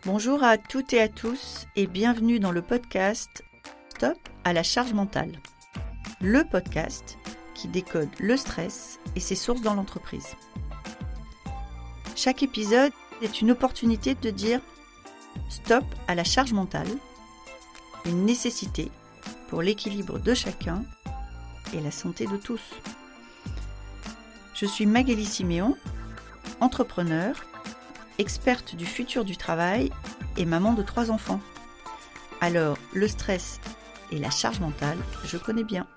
Bonjour à toutes et à tous et bienvenue dans le podcast Stop à la charge mentale. Le podcast qui décode le stress et ses sources dans l'entreprise. Chaque épisode est une opportunité de dire stop à la charge mentale, une nécessité pour l'équilibre de chacun et la santé de tous. Je suis Magali Siméon, entrepreneur, experte du futur du travail et maman de 3 enfants. Alors, le stress et la charge mentale, je connais bien.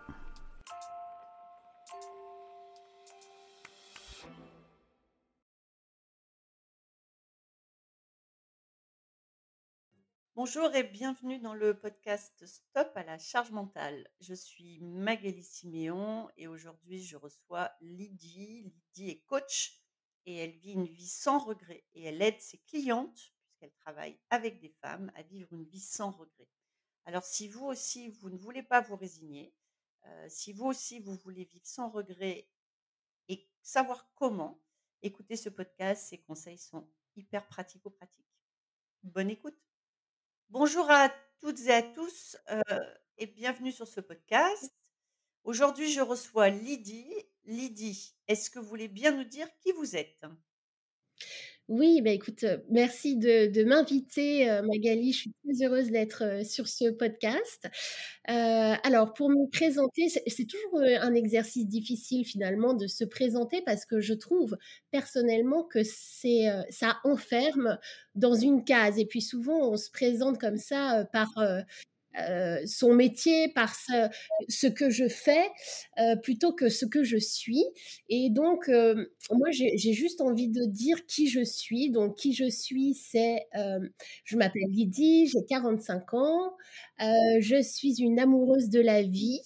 Bonjour et bienvenue dans le podcast Stop à la charge mentale. Je suis Magali Siméon et aujourd'hui je reçois Lydie. Lydie est coach et elle vit une vie sans regret et elle aide ses clientes, puisqu'elle travaille avec des femmes, à vivre une vie sans regret. Alors si vous aussi vous ne voulez pas vous résigner, si vous aussi vous voulez vivre sans regret et savoir comment, écoutez ce podcast, ces conseils sont hyper pratico-pratiques. Bonne écoute. Bonjour à toutes et à tous et bienvenue sur ce podcast. Aujourd'hui, je reçois Lydie. Lydie, est-ce que vous voulez bien nous dire qui vous êtes ? Oui, écoute, merci de m'inviter, Magali. Je suis très heureuse d'être sur ce podcast. Alors, pour me présenter, c'est toujours un exercice difficile finalement de se présenter parce que je trouve personnellement que ça enferme dans une case. Et puis souvent, on se présente comme ça par son métier, par ce que je fais, plutôt que ce que je suis. Et donc, moi, j'ai juste envie de dire qui je suis. Donc, qui je suis, je m'appelle Lydie, j'ai 45 ans, je suis une amoureuse de la vie.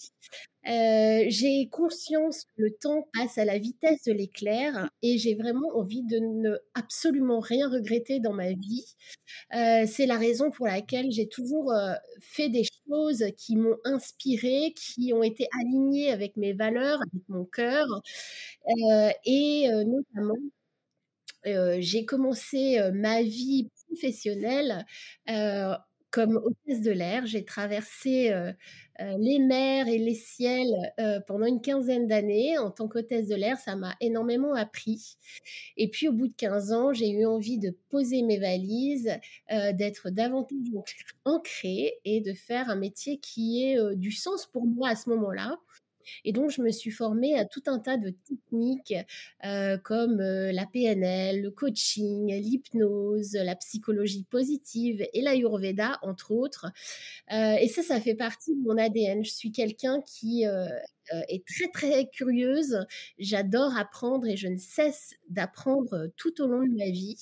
J'ai conscience que le temps passe à la vitesse de l'éclair et j'ai vraiment envie de ne absolument rien regretter dans ma vie. C'est la raison pour laquelle j'ai toujours fait des choses qui m'ont inspirée, qui ont été alignées avec mes valeurs, avec mon cœur. Et notamment, j'ai commencé ma vie professionnelle comme hôtesse de l'air. J'ai traversé les mers et les ciels pendant une quinzaine d'années en tant qu'hôtesse de l'air. Ça m'a énormément appris. Et puis, au bout de 15 ans, j'ai eu envie de poser mes valises, d'être davantage ancrée et de faire un métier qui ait du sens pour moi à ce moment-là. Et donc, je me suis formée à tout un tas de techniques comme la PNL, le coaching, l'hypnose, la psychologie positive et l'Ayurveda, entre autres. Et ça fait partie de mon ADN. Je suis quelqu'un qui est très, très curieuse. J'adore apprendre et je ne cesse d'apprendre tout au long de ma vie.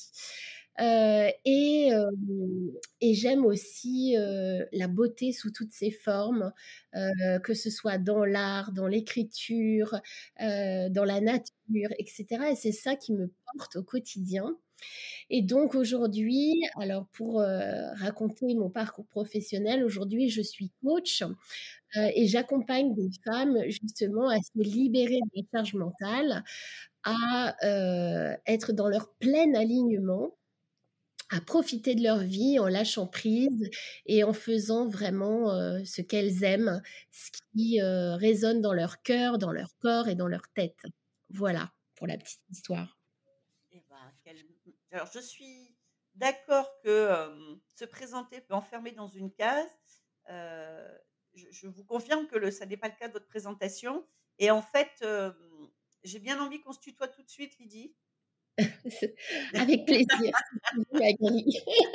Et j'aime aussi la beauté sous toutes ses formes, que ce soit dans l'art, dans l'écriture, dans la nature, etc. Et c'est ça qui me porte au quotidien. Et donc aujourd'hui, alors pour raconter mon parcours professionnel, aujourd'hui je suis coach et j'accompagne des femmes justement à se libérer des charges mentales, à être dans leur plein alignement, à profiter de leur vie en lâchant prise et en faisant vraiment ce qu'elles aiment, ce qui résonne dans leur cœur, dans leur corps et dans leur tête. Voilà pour la petite histoire. Eh ben, alors, je suis d'accord que se présenter peut enfermer dans une case. Euh, je vous confirme que ça n'est pas le cas de votre présentation. Et en fait, j'ai bien envie qu'on se tutoie tout de suite, Lydie. Avec plaisir, si tu veux, Magali.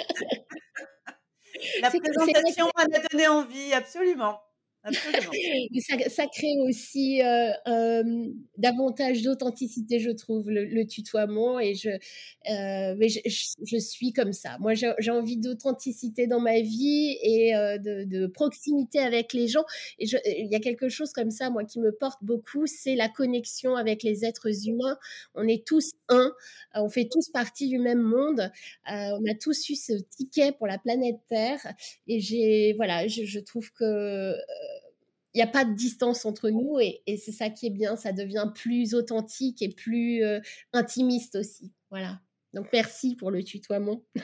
La C'est vrai présentation m'en a donné envie, absolument. Absolument. ça crée aussi davantage d'authenticité, je trouve, le tutoiement. Et mais je suis comme ça. Moi, j'ai envie d'authenticité dans ma vie et de proximité avec les gens. Et il y a quelque chose comme ça, moi, qui me porte beaucoup, c'est la connexion avec les êtres humains. On est tous un, on fait tous partie du même monde. On a tous eu ce ticket pour la planète Terre. Et je trouve que il n'y a pas de distance entre nous et c'est ça qui est bien, ça devient plus authentique et plus intimiste aussi. Voilà. Donc merci pour le tutoiement.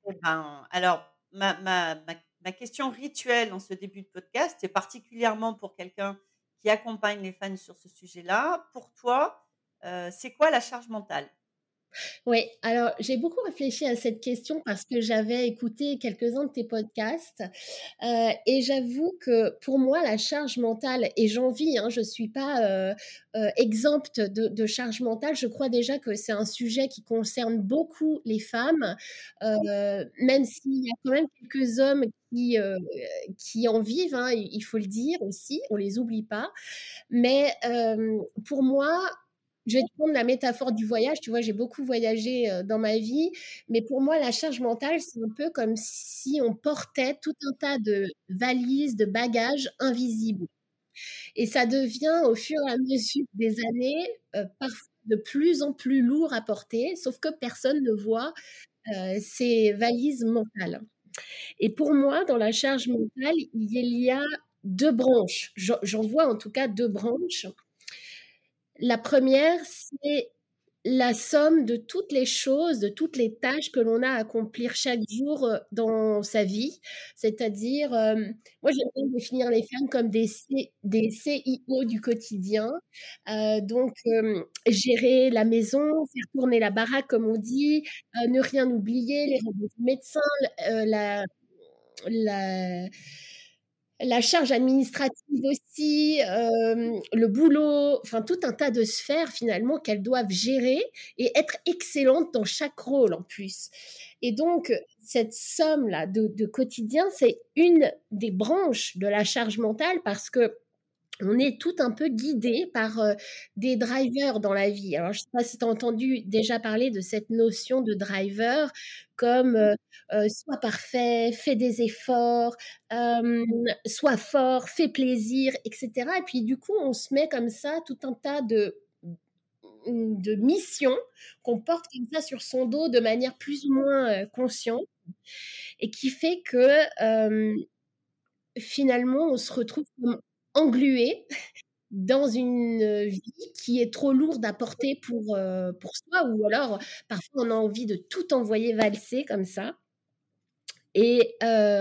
Eh ben, alors, ma question rituelle en ce début de podcast, et particulièrement pour quelqu'un qui accompagne les fans sur ce sujet-là, pour toi, c'est quoi la charge mentale? Oui, alors j'ai beaucoup réfléchi à cette question parce que j'avais écouté quelques-uns de tes podcasts, et j'avoue que pour moi la charge mentale et j'en vis, hein, je suis pas, exempte de charge mentale. Je crois déjà que c'est un sujet qui concerne beaucoup les femmes, même s'il y a quand même quelques hommes qui en vivent, hein, il faut le dire aussi, on les oublie pas. Mais pour moi, je vais te prendre la métaphore du voyage, tu vois? J'ai beaucoup voyagé, dans ma vie, mais pour moi, la charge mentale, c'est un peu comme si on portait tout un tas de valises, de bagages invisibles et ça devient au fur et à mesure des années, parfois de plus en plus lourd à porter, sauf que personne ne voit, ces valises mentales et pour moi, dans la charge mentale, il y a 2 branches. J'en vois en tout cas 2 branches. La première, c'est la somme de toutes les choses, de toutes les tâches que l'on a à accomplir chaque jour, dans sa vie. C'est-à-dire, moi j'aime bien définir les femmes comme des CIO du quotidien. Donc, gérer la maison, faire tourner la baraque comme on dit, ne rien oublier, les rendez-vous médecins, la la charge administrative aussi, le boulot, enfin tout un tas de sphères finalement qu'elles doivent gérer et être excellentes dans chaque rôle en plus. Et donc cette somme-là de quotidien, c'est une des branches de la charge mentale parce que on est tout un peu guidé par, des drivers dans la vie. Alors je ne sais pas si tu as entendu déjà parler de cette notion de driver comme, sois parfait, fais des efforts, sois fort, fais plaisir et cetera et puis du coup, on se met comme ça tout un tas de missions qu'on porte comme ça sur son dos de manière plus ou moins, consciente et qui fait que, finalement, on se retrouve comme englué dans une, vie qui est trop lourde à porter pour soi ou alors, parfois, on a envie de tout envoyer valser comme ça et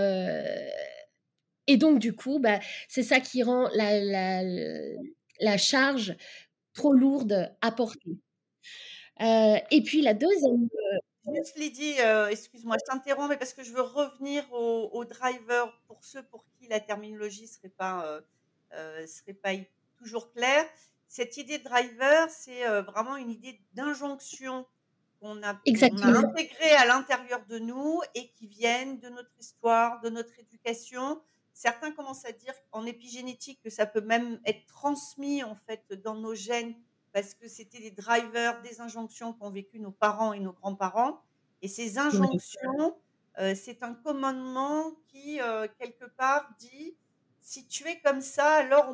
et donc du coup, bah, c'est ça qui rend la charge trop lourde à porter. Et puis la deuxième. Juste Lydie, excuse-moi, je t'interromps, mais parce que je veux revenir au driver pour ceux pour qui la terminologie serait pas toujours claire. Cette idée de driver, c'est vraiment une idée d'injonction qu'on a Exactement. intégrée à l'intérieur de nous et qui viennent de notre histoire, de notre éducation. Certains commencent à dire en épigénétique que ça peut même être transmis en fait dans nos gènes parce que c'était des drivers, des injonctions qu'ont vécu nos parents et nos grands-parents. Et ces Ouais. injonctions, c'est un commandement qui, quelque part, dit si tu es comme ça, alors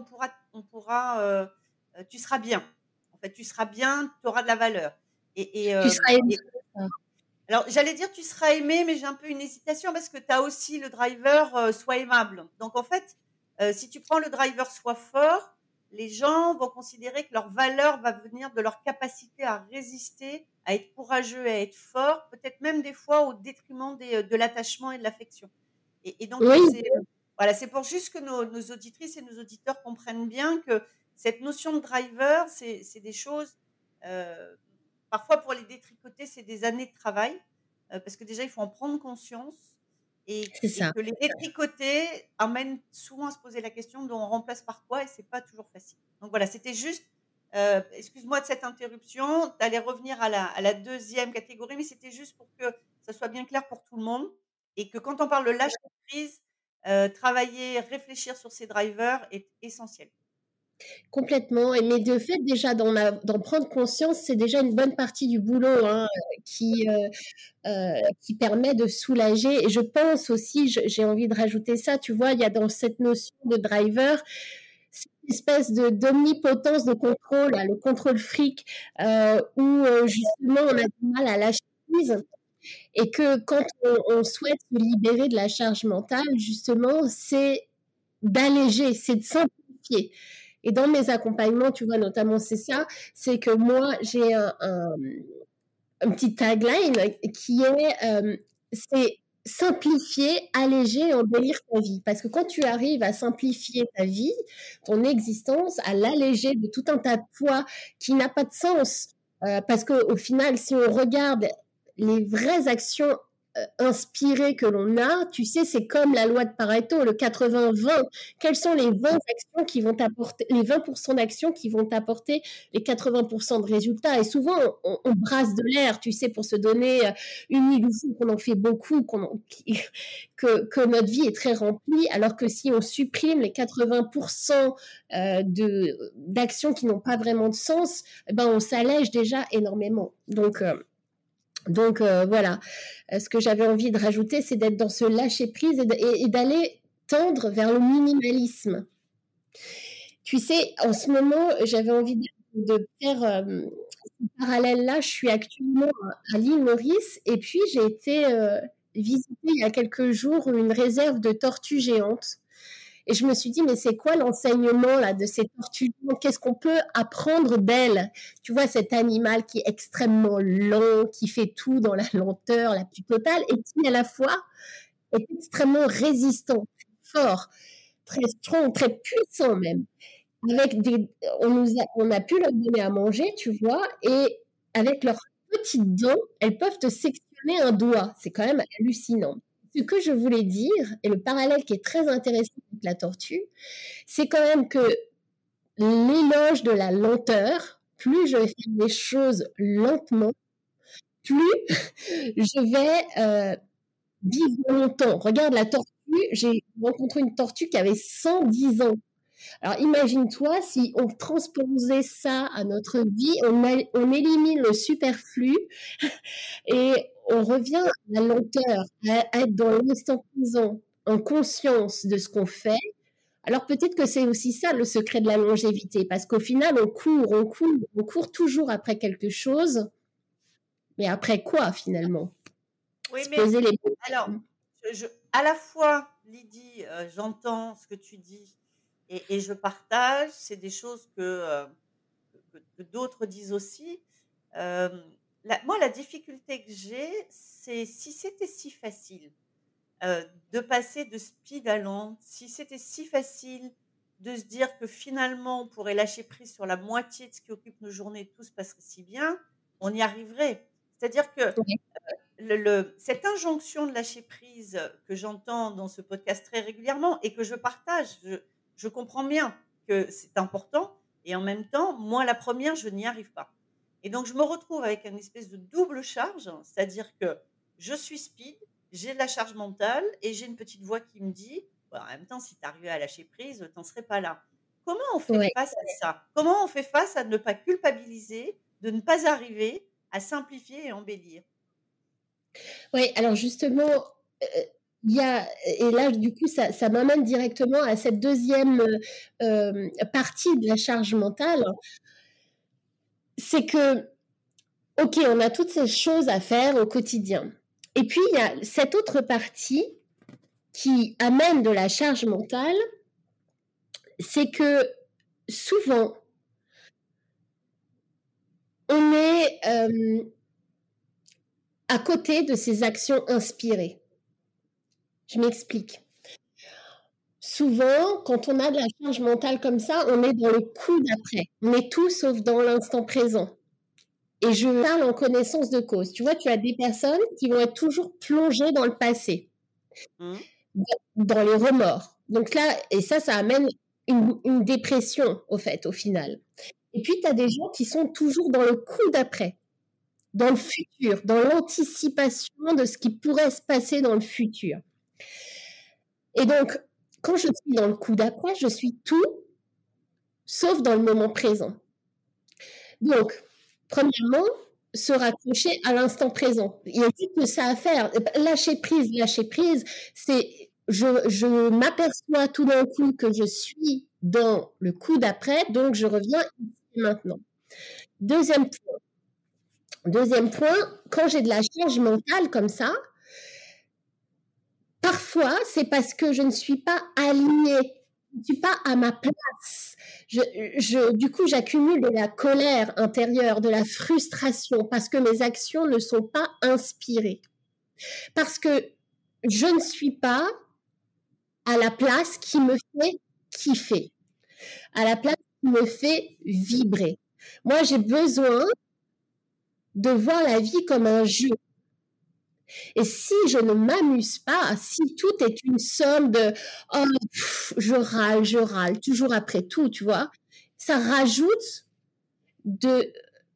tu seras bien. En fait, tu seras bien, tu auras de la valeur. Tu seras aimé. Alors, j'allais dire tu seras aimé, mais j'ai un peu une hésitation parce que tu as aussi le driver sois aimable. Donc, en fait, si tu prends le driver sois fort, les gens vont considérer que leur valeur va venir de leur capacité à résister, à être courageux, à être fort, peut-être même des fois au détriment de l'attachement et de l'affection. Et donc, Oui, voilà, c'est pour juste que nos auditrices et nos auditeurs comprennent bien que cette notion de driver, c'est des choses, euh, parfois pour les détricoter, c'est des années de travail, parce que déjà, il faut en prendre conscience c'est et ça. que les détricoter amènent souvent à se poser la question de on remplace par quoi et c'est pas toujours facile. Donc voilà, c'était juste, excuse-moi de cette interruption, tu allais revenir à la deuxième catégorie, mais c'était juste pour que ça soit bien clair pour tout le monde et que quand on parle de lâcher prise, travailler, réfléchir sur ces drivers est essentiel. Complètement et mais de fait déjà d'en prendre conscience, c'est déjà une bonne partie du boulot, hein, qui permet de soulager et je pense aussi, j'ai envie de rajouter ça, tu vois? Il y a dans cette notion de driver, cette espèce de d'omnipotence de contrôle, là, le contrôle fric, où, justement on a du mal à lâcher prise et que quand on souhaite se libérer de la charge mentale, justement, c'est d'alléger, c'est de simplifier. Et dans mes accompagnements, tu vois, notamment, c'est ça, c'est que moi, j'ai un petit tagline qui est c'est simplifier, alléger, embellir ta vie. Parce que quand tu arrives à simplifier ta vie, ton existence, à l'alléger de tout un tas de poids qui n'a pas de sens, parce qu'au final, si on regarde les vraies actions inspirées que l'on a, tu sais, c'est comme la loi de Pareto, le 80-20. Quelles sont les 20 actions qui vont t'apporter, les 20% d'actions qui vont t'apporter les 80% de résultats? Et souvent, on brasse de l'air, tu sais, pour se donner une illusion qu'on en fait beaucoup, que notre vie est très remplie, alors que si on supprime les 80% d'actions qui n'ont pas vraiment de sens, ben on s'allège déjà énormément. Donc voilà, ce que j'avais envie de rajouter, c'est d'être dans ce lâcher-prise et d'aller tendre vers le minimalisme. Tu sais, en ce moment, j'avais envie de faire ce parallèle-là. Je suis actuellement à l'île Maurice et puis j'ai été visiter il y a quelques jours une réserve de tortues géantes. Et je me suis dit, mais c'est quoi l'enseignement là de ces tortues? Qu'est-ce qu'on peut apprendre d'elles? Tu vois, cet animal qui est extrêmement lent, qui fait tout dans la lenteur la plus totale et qui à la fois est extrêmement résistant, fort, très strong, très puissant même. On a pu leur donner à manger, tu vois, et avec leurs petites dents, elles peuvent te sectionner un doigt. C'est quand même hallucinant. Ce que je voulais dire, et le parallèle qui est très intéressant avec la tortue, c'est quand même que l'éloge de la lenteur, plus je vais faire les choses lentement, plus je vais vivre longtemps. Regarde la tortue, j'ai rencontré une tortue qui avait 110 ans. Alors imagine-toi si on transposait ça à notre vie, on élimine le superflu et on revient à la lenteur, à être dans l'instant présent, en conscience de ce qu'on fait. Alors peut-être que c'est aussi ça le secret de la longévité, parce qu'au final on court toujours après quelque chose, mais après quoi finalement? Oui, Se mais poser les bonnes alors, questions. à la fois, Lydie, j'entends ce que tu dis et je partage. C'est des choses que d'autres disent aussi. Euh, Moi, la difficulté que j'ai, c'est si c'était si facile de passer de speed à lent, si c'était si facile de se dire que finalement on pourrait lâcher prise sur la moitié de ce qui occupe nos journées, tout se passerait si bien, on y arriverait. C'est-à-dire que Ouais. cette injonction de lâcher prise que j'entends dans ce podcast très régulièrement et que je partage, je comprends bien que c'est important et en même temps, moi la première, je n'y arrive pas. Et donc je me retrouve avec une espèce de double charge, c'est-à-dire que je suis speed, j'ai de la charge mentale et j'ai une petite voix qui me dit, bah, en même temps, si tu arrivais à lâcher prise, tu n'en serais pas là. Comment on fait Ouais. face à ça? Comment on fait face à ne pas culpabiliser, de ne pas arriver à simplifier et embellir? Oui, alors justement, il y a et là, du coup, ça m'amène directement à cette deuxième partie de la charge mentale. C'est que, OK, on a toutes ces choses à faire au quotidien. Et puis, il y a cette autre partie qui amène de la charge mentale, c'est que souvent, on est à côté de ces actions inspirées. Je m'explique. Souvent, quand on a de la charge mentale comme ça, on est dans le coup d'après. On est tout sauf dans l'instant présent. Et je parle en connaissance de cause. Tu vois, tu as des personnes qui vont être toujours plongées dans le passé, Mmh. dans les remords. Donc là, et ça amène une dépression, au fait, au final. Et puis, tu as des gens qui sont toujours dans le coup d'après, dans le futur, dans l'anticipation de ce qui pourrait se passer dans le futur. Et donc, quand je suis dans le coup d'après, je suis tout sauf dans le moment présent. Donc, premièrement, se raccrocher à l'instant présent. Il y a juste que ça à faire. Lâcher prise, c'est je m'aperçois tout d'un coup que je suis dans le coup d'après, donc je reviens ici et maintenant. Deuxième point, quand j'ai de la charge mentale comme ça, parfois, c'est parce que je ne suis pas alignée, je ne suis pas à ma place. Du coup, j'accumule de la colère intérieure, de la frustration, parce que mes actions ne sont pas inspirées. Parce que je ne suis pas à la place qui me fait kiffer, à la place qui me fait vibrer. Moi, j'ai besoin de voir la vie comme un jeu. Et si je ne m'amuse pas, si tout est une somme de oh, je râle, toujours après tout, tu vois, ça rajoute de,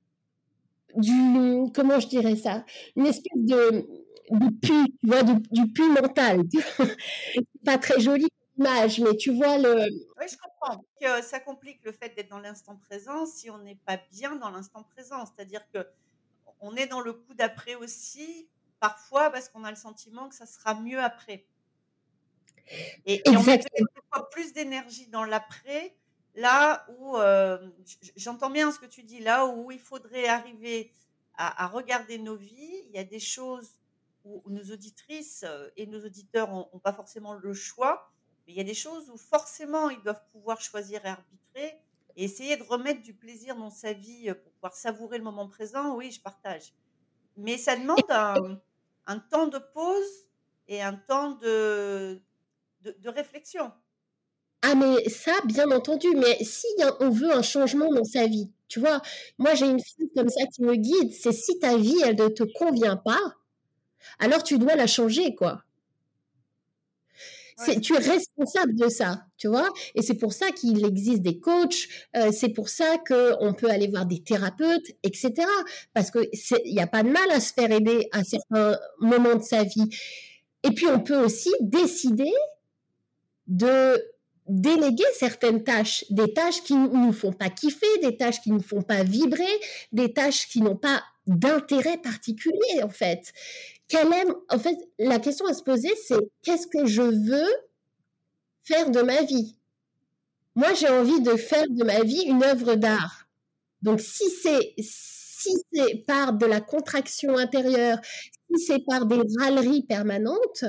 comment je dirais ça, une espèce de pu, tu vois, du pu mental. C'est pas très joli image, mais tu vois le. Oui, je comprends. Que ça complique le fait d'être dans l'instant présent si on n'est pas bien dans l'instant présent. C'est-à-dire que on est dans le coup d'après aussi, parfois parce qu'on a le sentiment que ça sera mieux après. Et on met Exactement. peut-être parfois plus d'énergie dans l'après, là où j'entends bien ce que tu dis, là où il faudrait arriver à regarder nos vies. Il y a des choses où nos auditrices et nos auditeurs n'ont pas forcément le choix, mais il y a des choses où forcément ils doivent pouvoir choisir et arbitrer et essayer de remettre du plaisir dans sa vie pour pouvoir savourer le moment présent. Oui, je partage. Mais ça demande un temps de pause et un temps de réflexion. Ah mais ça, bien entendu, mais si on veut un changement dans sa vie, tu vois, moi j'ai une phrase comme ça qui me guide, c'est si ta vie, elle ne te convient pas, alors tu dois la changer, quoi. Ouais. Tu es responsable de ça, tu vois. Et c'est pour ça qu'il existe des coachs, c'est pour ça qu'on peut aller voir des thérapeutes, etc. Parce qu'il n'y a pas de mal à se faire aider à certains moments de sa vie. Et puis on peut aussi décider de déléguer certaines tâches, des tâches qui ne nous font pas kiffer, des tâches qui ne nous font pas vibrer, des tâches qui n'ont pas d'intérêt particulier en fait. En fait, la question à se poser, c'est qu'est-ce que je veux faire de ma vie? Moi, j'ai envie de faire de ma vie une œuvre d'art. Donc, si c'est par de la contraction intérieure, si c'est par des râleries permanentes,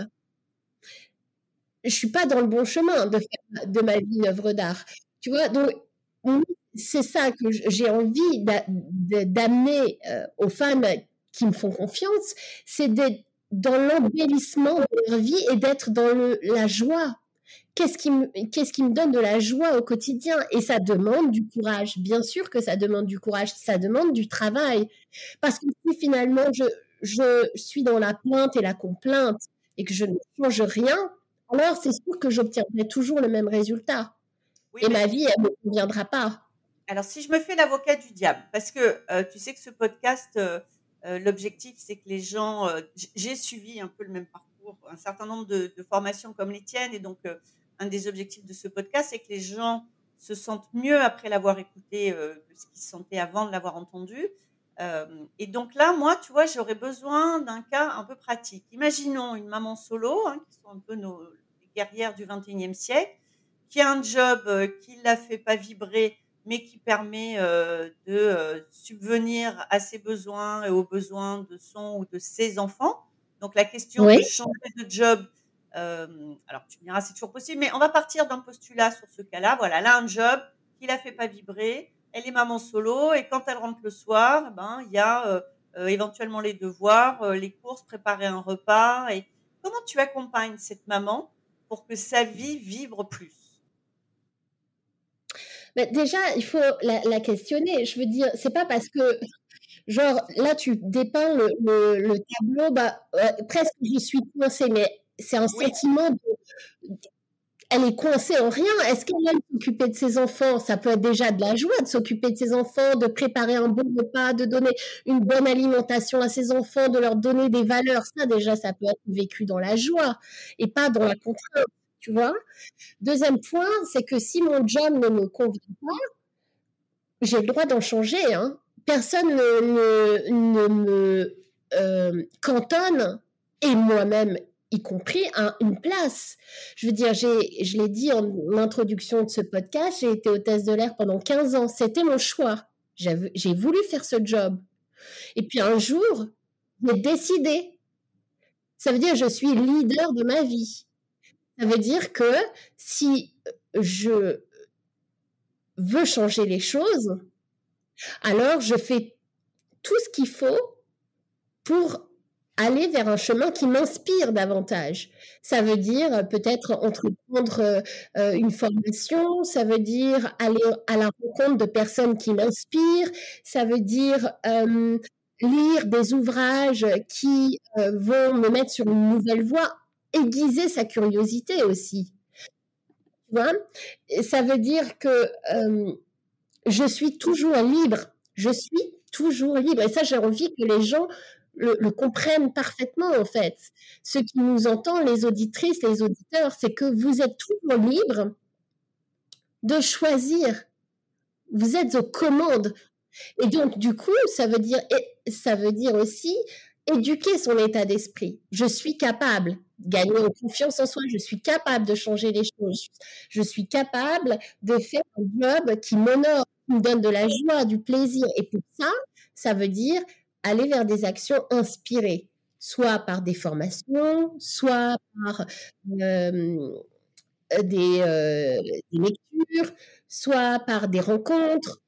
je suis pas dans le bon chemin de faire de ma vie une œuvre d'art. Tu vois, donc c'est ça que j'ai envie d'amener aux femmes qui me font confiance, c'est d'être dans l'embellissement de leur vie et d'être dans la joie. Qu'est-ce qui me donne de la joie au quotidien? Et ça demande du courage. Bien sûr que ça demande du courage, ça demande du travail. Parce que si finalement je suis dans la plainte et la complainte et que je ne change rien, alors c'est sûr que j'obtiendrai toujours le même résultat. Oui, Et mais ma vie, elle ne me conviendra pas. alors si je me fais l'avocat du diable, parce que tu sais que ce podcast, l'objectif, c'est que les gens, j'ai suivi un peu le même parcours, un certain nombre de formations comme les tiennes, et donc un des objectifs de ce podcast, c'est que les gens se sentent mieux après l'avoir écouté que ce qu'ils se sentaient avant de l'avoir entendu. Et donc là, moi, tu vois, j'aurais besoin d'un cas un peu pratique. Imaginons une maman solo, hein, qui sont un peu les guerrières du 21e siècle, qui a un job qui ne la fait pas vibrer, mais qui permet de subvenir à ses besoins et aux besoins de son ou de ses enfants. Donc la question Oui, de changer de job, alors tu me diras c'est toujours possible, mais on va partir d'un postulat sur ce cas-là. Voilà, elle a un job qui la fait pas vibrer, elle est maman solo et quand elle rentre le soir, eh ben il y a éventuellement les devoirs, les courses, préparer un repas. Et comment tu accompagnes cette maman pour que sa vie vibre plus? mais déjà, il faut la questionner. Je veux dire, c'est pas parce que, genre, là, tu dépeins le tableau, bah, presque j'y suis coincée, mais c'est un Oui, sentiment elle est coincée en rien. Est-ce qu'elle aime s'occuper de ses enfants? Ça peut être déjà de la joie de s'occuper de ses enfants, de préparer un bon repas, de donner une bonne alimentation à ses enfants, de leur donner des valeurs. Ça, déjà, ça peut être vécu dans la joie et pas dans la contrainte, tu vois. Deuxième point, c'est que si mon job ne me convient pas, j'ai le droit d'en changer, hein. Personne ne me cantonne, et moi-même y compris, une place. Je veux dire, je l'ai dit en introduction de ce podcast, j'ai été hôtesse de l'air pendant 15 ans. C'était mon choix. J'ai voulu faire ce job. Et puis un jour, j'ai décidé. Ça veut dire que je suis leader de ma vie. Ça veut dire que si je veux changer les choses, alors je fais tout ce qu'il faut pour aller vers un chemin qui m'inspire davantage. Ça veut dire peut-être entreprendre une formation, ça veut dire aller à la rencontre de personnes qui m'inspirent, ça veut dire lire des ouvrages qui vont me mettre sur une nouvelle voie, aiguiser sa curiosité aussi. Tu vois? Et ça veut dire que je suis toujours libre. Je suis toujours libre. Et ça, j'ai envie que les gens le comprennent parfaitement, en fait. Ceux qui nous entendent, les auditrices, les auditeurs, c'est que vous êtes toujours libre de choisir. Vous êtes aux commandes. Et donc, du coup, ça veut dire aussi éduquer son état d'esprit. Je suis capable de gagner en confiance en soi, je suis capable de changer les choses, je suis capable de faire un job qui m'honore, qui me donne de la joie, du plaisir. Et pour ça, ça veut dire aller vers des actions inspirées, soit par des formations, soit par des lectures, soit par des rencontres.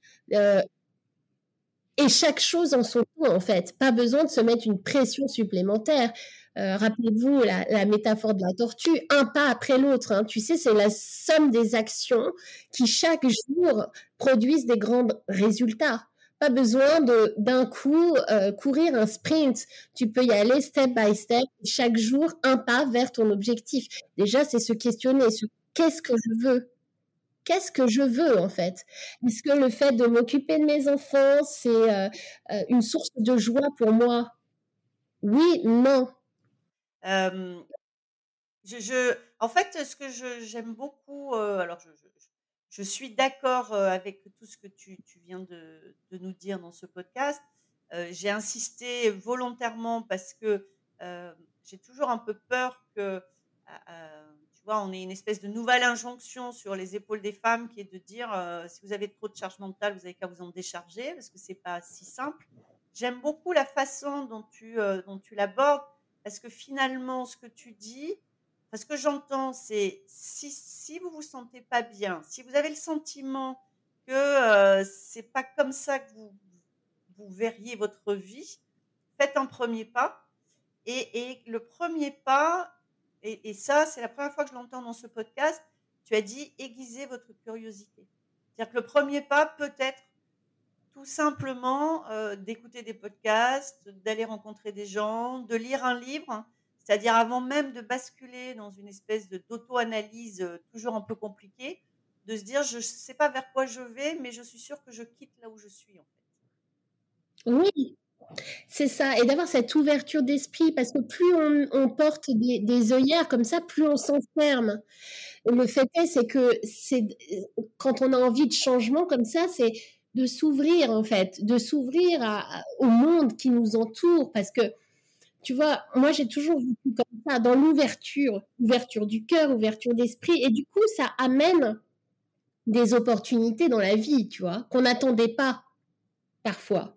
Et chaque chose en son temps, en fait. Pas besoin de se mettre une pression supplémentaire. Rappelez-vous la métaphore de la tortue, un pas après l'autre. Hein. Tu sais, c'est la somme des actions qui, chaque jour, produisent des grands résultats. Pas besoin d'un coup courir un sprint. Tu peux y aller step by step, chaque jour, un pas vers ton objectif. Déjà, c'est se questionner sur qu'est-ce que je veux ? Qu'est-ce que je veux, en fait? Est-ce que le fait de m'occuper de mes enfants, c'est une source de joie pour moi? Oui, non. En fait, ce que j'aime beaucoup, alors je suis d'accord avec tout ce que tu viens de nous dire dans ce podcast. J'ai insisté volontairement parce que j'ai toujours un peu peur que, tu vois, on ait une espèce de nouvelle injonction sur les épaules des femmes qui est de dire si vous avez trop de charge mentale, vous avez qu'à vous en décharger parce que c'est pas si simple. J'aime beaucoup la façon dont tu l'abordes parce que finalement, ce que tu dis, ce que j'entends, c'est si vous vous sentez pas bien, si vous avez le sentiment que c'est pas comme ça que vous verriez votre vie, faites un premier pas. Et le premier pas, et ça, c'est la première fois que je l'entends dans ce podcast, tu as dit aiguiser votre curiosité. C'est-à-dire que le premier pas peut être tout simplement d'écouter des podcasts, d'aller rencontrer des gens, de lire un livre, c'est-à-dire avant même de basculer dans une espèce d'auto-analyse toujours un peu compliquée, de se dire je ne sais pas vers quoi je vais, mais je suis sûre que je quitte là où je suis en fait. Oui, c'est ça. Et d'avoir cette ouverture d'esprit, parce que plus on porte des œillères comme ça, plus on s'enferme. Le fait est, c'est que quand on a envie de changement comme ça, c'est de s'ouvrir, en fait, de s'ouvrir au monde qui nous entoure, parce que tu vois, moi, j'ai toujours vécu comme ça, dans l'ouverture, ouverture du cœur, ouverture d'esprit, et du coup, ça amène des opportunités dans la vie, tu vois, qu'on n'attendait pas, parfois.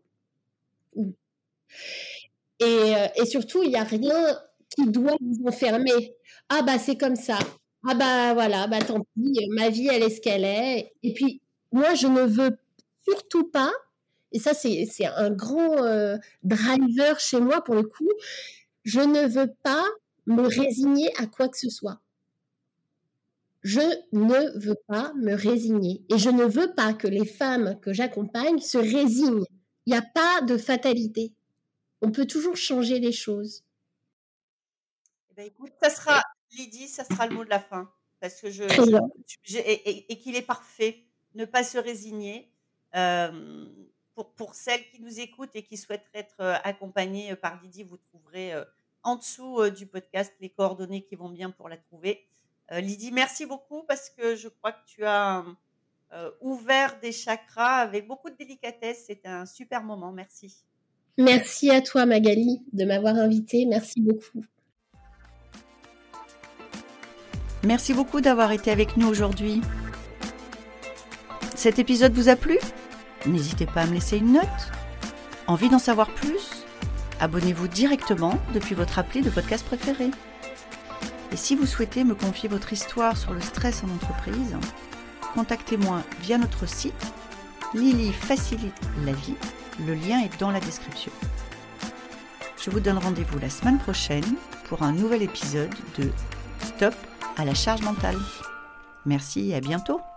Et surtout, il n'y a rien qui doit nous enfermer. Ah bah, c'est comme ça. Ah bah, voilà, bah tant pis, ma vie, elle est ce qu'elle est. Et puis, moi, je ne veux surtout pas, et ça, c'est un grand driver chez moi, pour le coup, je ne veux pas me résigner à quoi que ce soit. Je ne veux pas me résigner. Et je ne veux pas que les femmes que j'accompagne se résignent. Il n'y a pas de fatalité. On peut toujours changer les choses. Eh ben, écoute, Lydie, ça sera le mot de la fin. Parce que et qu'il est parfait, ne pas se résigner. Pour celles qui nous écoutent et qui souhaiteraient être accompagnées par Lydie, vous trouverez en dessous du podcast les coordonnées qui vont bien pour la trouver. Lydie, merci beaucoup parce que je crois que tu as ouvert des chakras avec beaucoup de délicatesse. C'était un super moment. Merci. Merci à toi, Magali, de m'avoir invitée. Merci beaucoup. Merci beaucoup d'avoir été avec nous aujourd'hui. Cet épisode vous a plu ? N'hésitez pas à me laisser une note. Envie d'en savoir plus ? Abonnez-vous directement depuis votre appli de podcast préféré. Et si vous souhaitez me confier votre histoire sur le stress en entreprise, contactez-moi via notre site Lily facilite la vie. Le lien est dans la description. Je vous donne rendez-vous la semaine prochaine pour un nouvel épisode de Stop à la charge mentale. Merci et à bientôt.